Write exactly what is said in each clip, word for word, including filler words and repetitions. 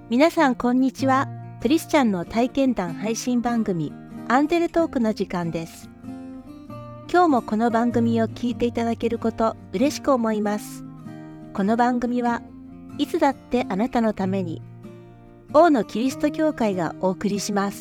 皆さんこんにちは。クリスチャンの体験談配信番組アンデルトークの時間です。今日もこの番組を聞いていただけること嬉しく思います。この番組はいつだってあなたのために王のキリスト教会がお送りします。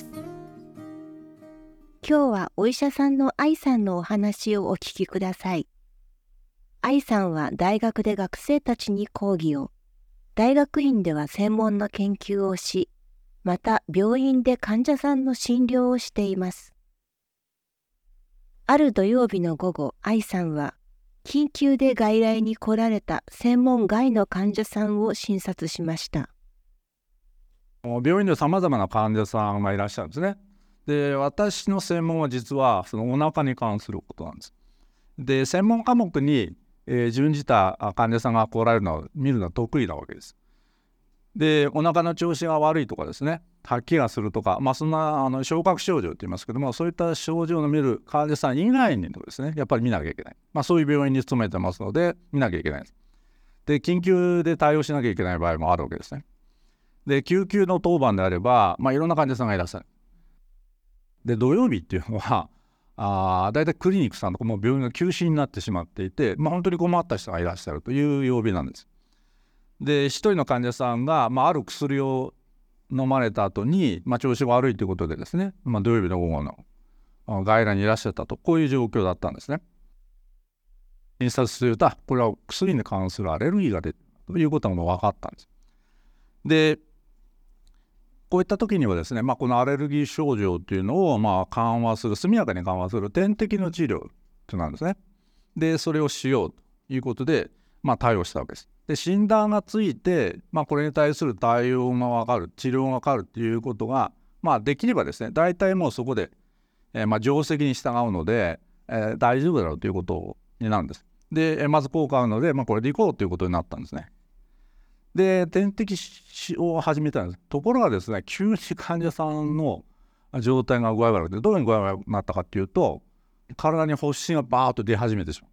今日はお医者さんの愛さんのお話をお聞きください。愛さんは大学で学生たちに講義を、大学院では専門の研究をし、また病院で患者さんの診療をしています。ある土曜日の午後、愛さんは緊急で外来に来られた専門外の患者さんを診察しました。 病院でさまざまな患者さんがいらっしゃるんですね。で、私の専門は実はそのお腹に関することなんです。で、専門科目にえー、準じた患者さんが来られるのを見るのは得意なわけです。で、お腹の調子が悪いとかですね、吐きがするとか、まあそんなあの消化器症状と言いますけども、そういった症状の見る患者さん以外にですね、やっぱり見なきゃいけない。まあそういう病院に勤めてますので見なきゃいけないです。で、緊急で対応しなきゃいけない場合もあるわけですね。で、救急の当番であれば、まあいろんな患者さんがいらっしゃる。で、土曜日っていうのはあだいたいクリニックさんとかも病院が休止になってしまっていて、まあ、本当に困った人がいらっしゃるという曜日なんです。で、一人の患者さんが、まあ、ある薬を飲まれた後に、まあ、調子が悪いということでですね、まあ、土曜日の午後の外来にいらっしゃったと、こういう状況だったんですね。診察すると、これは薬に関するアレルギーが出るということが分かったんです。で、こういった時にはですね、まあ、このアレルギー症状というのをまあ緩和する、速やかに緩和する点滴の治療となんですね。で、それをしようということで、まあ、対応したわけです。で、診断がついて、まあ、これに対する対応が分かる、治療が分かるということが、まあ、できればですね、大体もうそこで、えー、まあ定石に従うので、えー、大丈夫だろうということになるんです。で、まず効果あるので、まあ、これでいこうということになったんですね。で、点滴を始めたんです。ところがですね、急に患者さんの状態が具合悪くて、どういう具合悪くなったかっていうと、体に発疹がバーッと出始めてしまう。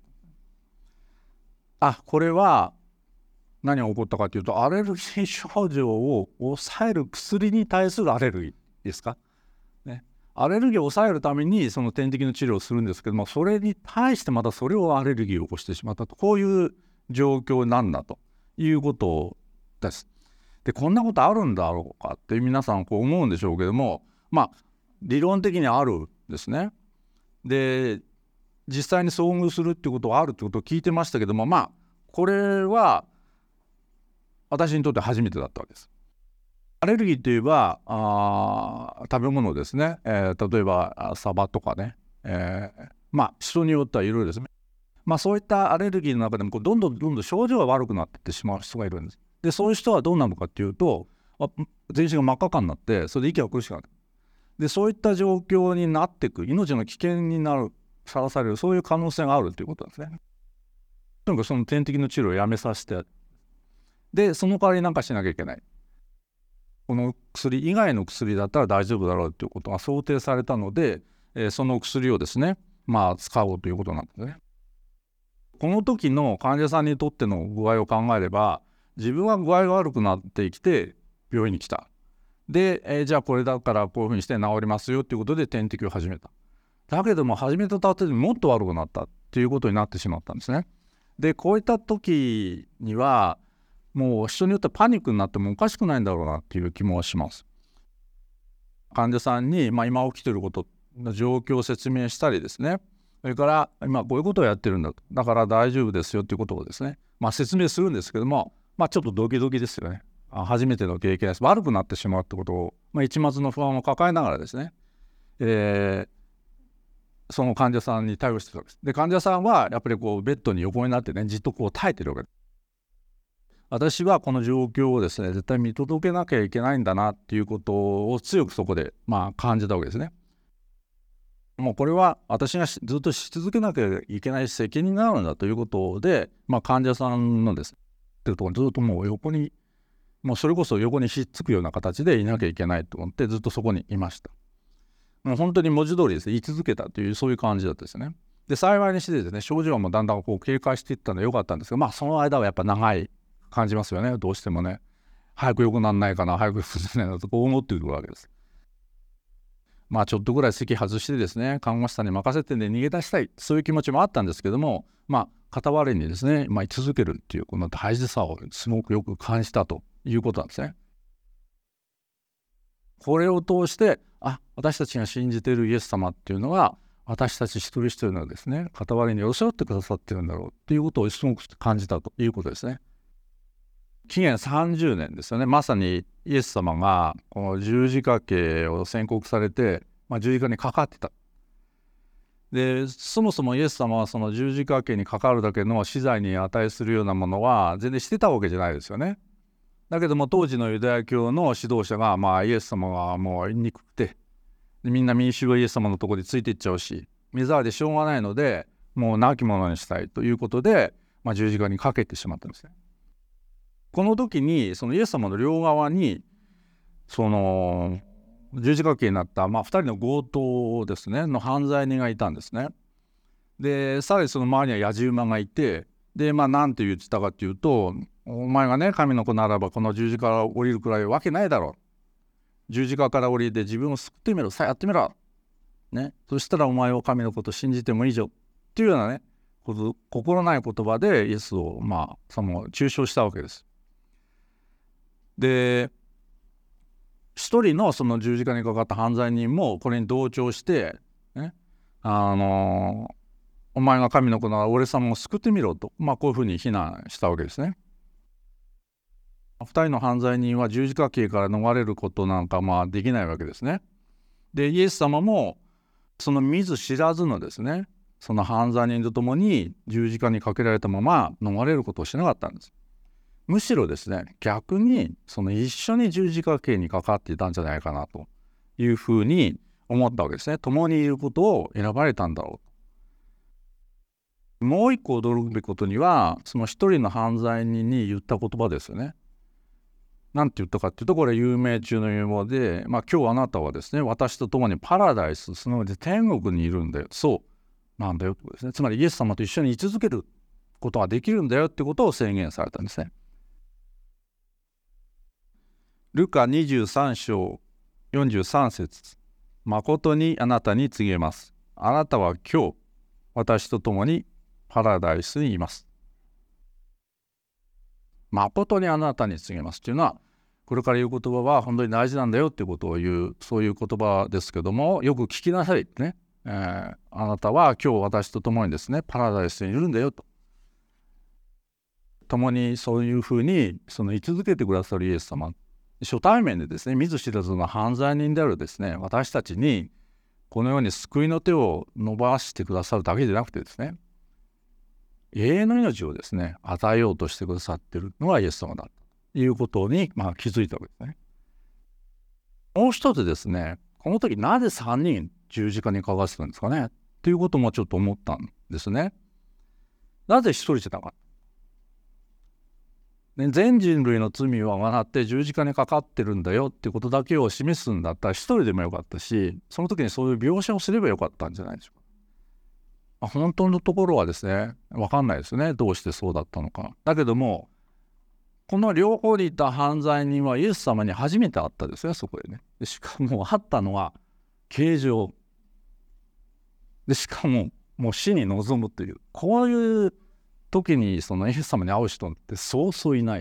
あ、これは何が起こったかっていうと、アレルギー症状を抑える薬に対するアレルギーですか、ね、アレルギーを抑えるためにその点滴の治療をするんですけども、それに対してまたそれをアレルギーを起こしてしまったと、こういう状況なんだということをです。で、こんなことあるんだろうかって皆さんこう思うんでしょうけども、まあ理論的にあるんですね。で、実際に遭遇するっていうことはあるってことを聞いてましたけども、まあこれは私にとって初めてだったわけです。アレルギーといえばあ食べ物ですね、えー、例えばサバとかね、えー、まあ人によってはいろいろですね。まあそういったアレルギーの中でもこうどんどんどんどん症状が悪くなっていってしまう人がいるんです。で、そういう人はどうなるのかっていうと、全身が真っ赤っかになって、それで息が苦しくなる。で、そういった状況になっていく、命の危険になる、さらされる、そういう可能性があるということなんですね。とにかくその点滴の治療をやめさせて、で、その代わり何かしなきゃいけない。この薬以外の薬だったら大丈夫だろうということが想定されたので、えー、その薬をですね、まあ使おうということなんですね。この時の患者さんにとっての具合を考えれば、自分は具合が悪くなってきて病院に来た。で、えー、じゃあこれだからこういうふうにして治りますよということで点滴を始めた。だけども始めた途端にもっと悪くなったということになってしまったんですね。で、こういった時にはもう人によってパニックになってもおかしくないんだろうなっていう気もします。患者さんに、まあ、今起きていることの状況を説明したりですね、それから今こういうことをやってるんだと、だから大丈夫ですよということをですね、まあ、説明するんですけども、まあ、ちょっとドキドキですよね。あ、初めての経験です。悪くなってしまうってことを、まあ、一抹の不安を抱えながらですね、えー、その患者さんに対応してるわけです。で、患者さんはやっぱりこうベッドに横になってね、じっとこう耐えてるわけです。私はこの状況をですね、絶対見届けなきゃいけないんだなっていうことを強くそこでまあ感じたわけですね。もうこれは私がずっとし続けなきゃいけない責任があるんだということで、まあ、患者さんのですねっていうところにずっともう横に、もうそれこそ横にひっつくような形でいなきゃいけないと思ってずっとそこにいました。もう本当に文字通りですね、言い続けたというそういう感じだったですね。で、幸いにしてですね、症状もだんだんこう軽快していったのは良かったんですが、まあその間はやっぱ長い感じますよね、どうしてもね。 早く良くならないかな早く良くならないかなとこう思っているわけです。まあちょっとぐらい席外してですね、看護師さんに任せてね逃げ出したい、そういう気持ちもあったんですけども、まあ傍らにですね、まあ、居続けるっていうこの大事さをすごくよく感じたということなんですね。これを通して、あ、私たちが信じているイエス様っていうのは私たち一人一人のですね傍らに寄せ合ってくださってるんだろうということをすごく感じたということですね。紀元さんじゅうねんですよね。まさにイエス様がこの十字架刑を宣告されて、まあ、十字架にかかってた。でそもそもイエス様はその十字架刑にかかるだけの死罪に値するようなものは全然してたわけじゃないですよね。だけども当時のユダヤ教の指導者が、まあ、イエス様がもう言いにくくて、でみんな民衆はイエス様のところについていっちゃうし、目障りでしょうがないので、もう亡き者にしたいということで、まあ、十字架にかけてしまったんですね。この時にそのイエス様の両側にその十字架刑になった、まあ、ふたりの強盗ですねの犯罪人がいたんですね。でさらにその周りにはやじ馬がいて、でまあ何て言ってたかっていうと、お前がね神の子ならばこの十字架から降りるくらいわけないだろう、十字架から降りて自分を救ってみろ、さあやってみろ、ね、そしたらお前を神のことを信じてもいいじゃんっていうようなね心ない言葉でイエスをまあその中傷したわけです。で一人のその十字架にかかった犯罪人もこれに同調して、ね、あのお前が神の子なら俺様を救ってみろと、まあ、こういうふうに非難したわけですね。二人の犯罪人は十字架刑から逃れることなんかまあできないわけですね。でイエス様もその見ず知らずのですねその犯罪人とともに十字架にかけられたまま逃れることをしなかったんです。むしろですね逆にその一緒に十字架刑にかかっていたんじゃないかなというふうに思ったわけですね。共にいることを選ばれたんだろうと。もう一個驚くべきことにはその一人の犯罪人に言った言葉ですよね。なんて言ったかっていうと、これ有名中の有名で、まあ、今日あなたはですね私と共にパラダイス、すなわち天国にいるんだよ、そうなんだよってことですね。つまりイエス様と一緒に居続けることができるんだよってことを宣言されたんですね。ルカにじゅうさん章よんじゅうさん節、誠にあなたに告げます。あなたは今日私と共にパラダイスにいます。誠にあなたに告げますっていうのは、これから言う言葉は本当に大事なんだよっていうことを言う、そういう言葉ですけども、よく聞きなさいってね、えー、あなたは今日私と共にですねパラダイスにいるんだよと、共にそういうふうにその居続けてくださるイエス様、初対面でですね見ず知らずの犯罪人であるですね私たちにこのように救いの手を伸ばしてくださるだけじゃなくてですね、永遠の命をですね与えようとしてくださっているのがイエス様だということに、まあ、気づいたわけですね。もう一つですね、この時なぜさんにん十字架にかかってたんですかねということもちょっと思ったんですね。なぜ一人じゃなかった、ね、全人類の罪をあがって十字架にかかってるんだよっていうことだけを示すんだったら一人でもよかったし、その時にそういう描写をすればよかったんじゃないでしょうか。まあ、本当のところはですね分かんないですね、どうしてそうだったのか。だけどもこの両方にいた犯罪人はイエス様に初めて会ったですね、そこでね。でしかも会ったのは刑場で、しかももう死に臨むという、こういう時にそのイエス様に会う人ってそうそういない。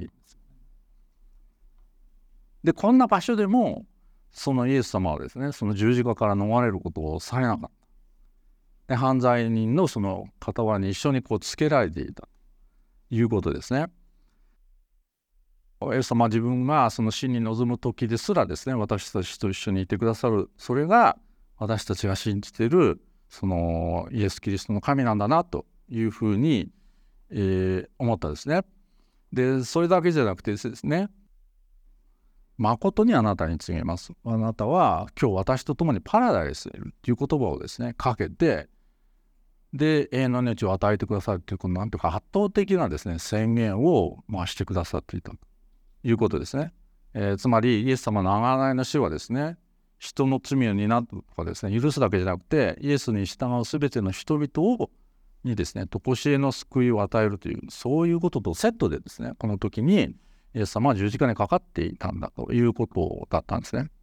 でこんな場所でもそのイエス様はですねその十字架から逃れることをされなかった。で犯罪人のその傍らに一緒にこうつけられていたということですね。イエス様は自分がその死に臨む時ですらですね私たちと一緒にいてくださる、それが私たちが信じているそのイエス・キリストの神なんだなというふうに、えー、思ったですね。でそれだけじゃなくてですね、誠にあなたに告げます。あなたは今日私と共にパラダイスにいるという言葉をですねかけて、で永遠の命を与えてくださるというこのなんというか圧倒的なですね宣言を、まあ、してくださっていたということですね。えー、つまりイエス様の贖いの死はですね人の罪を担うとかですね許すだけじゃなくて、イエスに従うすべての人々をにですね常しえの救いを与えるという、そういうこととセットでですねこの時に、 イエス様は十字架にかかっていたんだということだったんですね。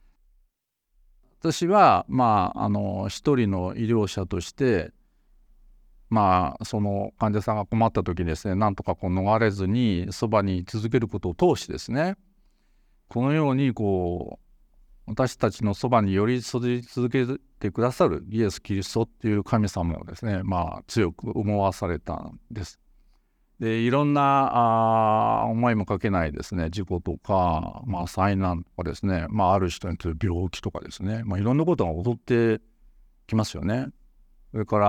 私はまああの一人の医療者としてまあその患者さんが困った時にですね、なんとかこう逃れずにそばに続けることを通してですね、このようにこう私たちのそばに寄り添い続けてくださるイエス・キリストっていう神様をですね、まあ強く思わされたんです。でいろんなあ思いもかけないですね、事故とか、まあ、災難とかですね、まあ、ある人にとって病気とかですね、まあ、いろんなことが起こってきますよね。それから、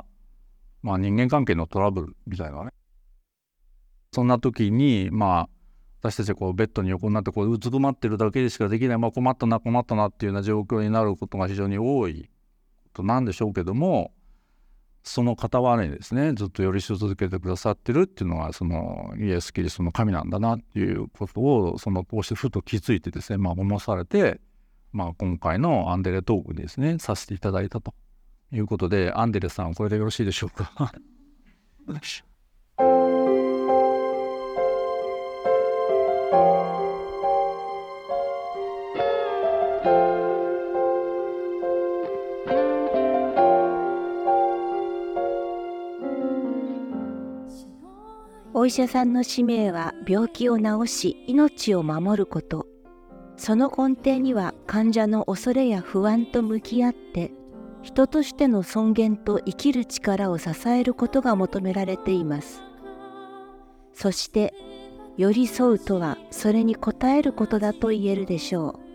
まあ、人間関係のトラブルみたいなね、そんな時にまあ私たちはこうベッドに横になってこううつぶまってるだけでしかできない、まあ、困ったな困ったなっていうような状況になることが非常に多いことなんでしょうけども、その傍らにですねずっと寄り添い続けてくださってるっていうのがそのイエス・キリストの神なんだなっていうことをそのこうしてふと気づいてですね、まあ、思わされて、まあ、今回のアンデレトークにですねさせていただいたということで、アンデレさんこれでよろしいでしょうか。 お医者さんの使命は病気を治し命を守ること。その根底には患者の恐れや不安と向き合って人としての尊厳と生きる力を支えることが求められています。そして寄り添うとはそれに応えることだと言えるでしょう。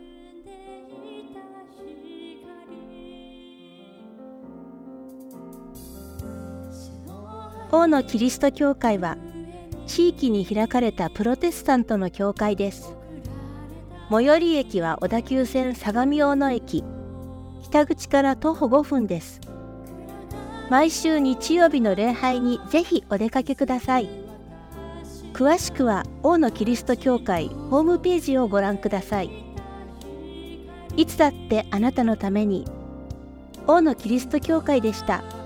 王のキリスト教会は地域に開かれたプロテスタントの教会です。最寄り駅は小田急線相模大野駅、北口から徒歩ごふんです。毎週日曜日の礼拝にぜひお出かけください。詳しくは王のキリスト教会ホームページをご覧ください。いつだってあなたのために、王のキリスト教会でした。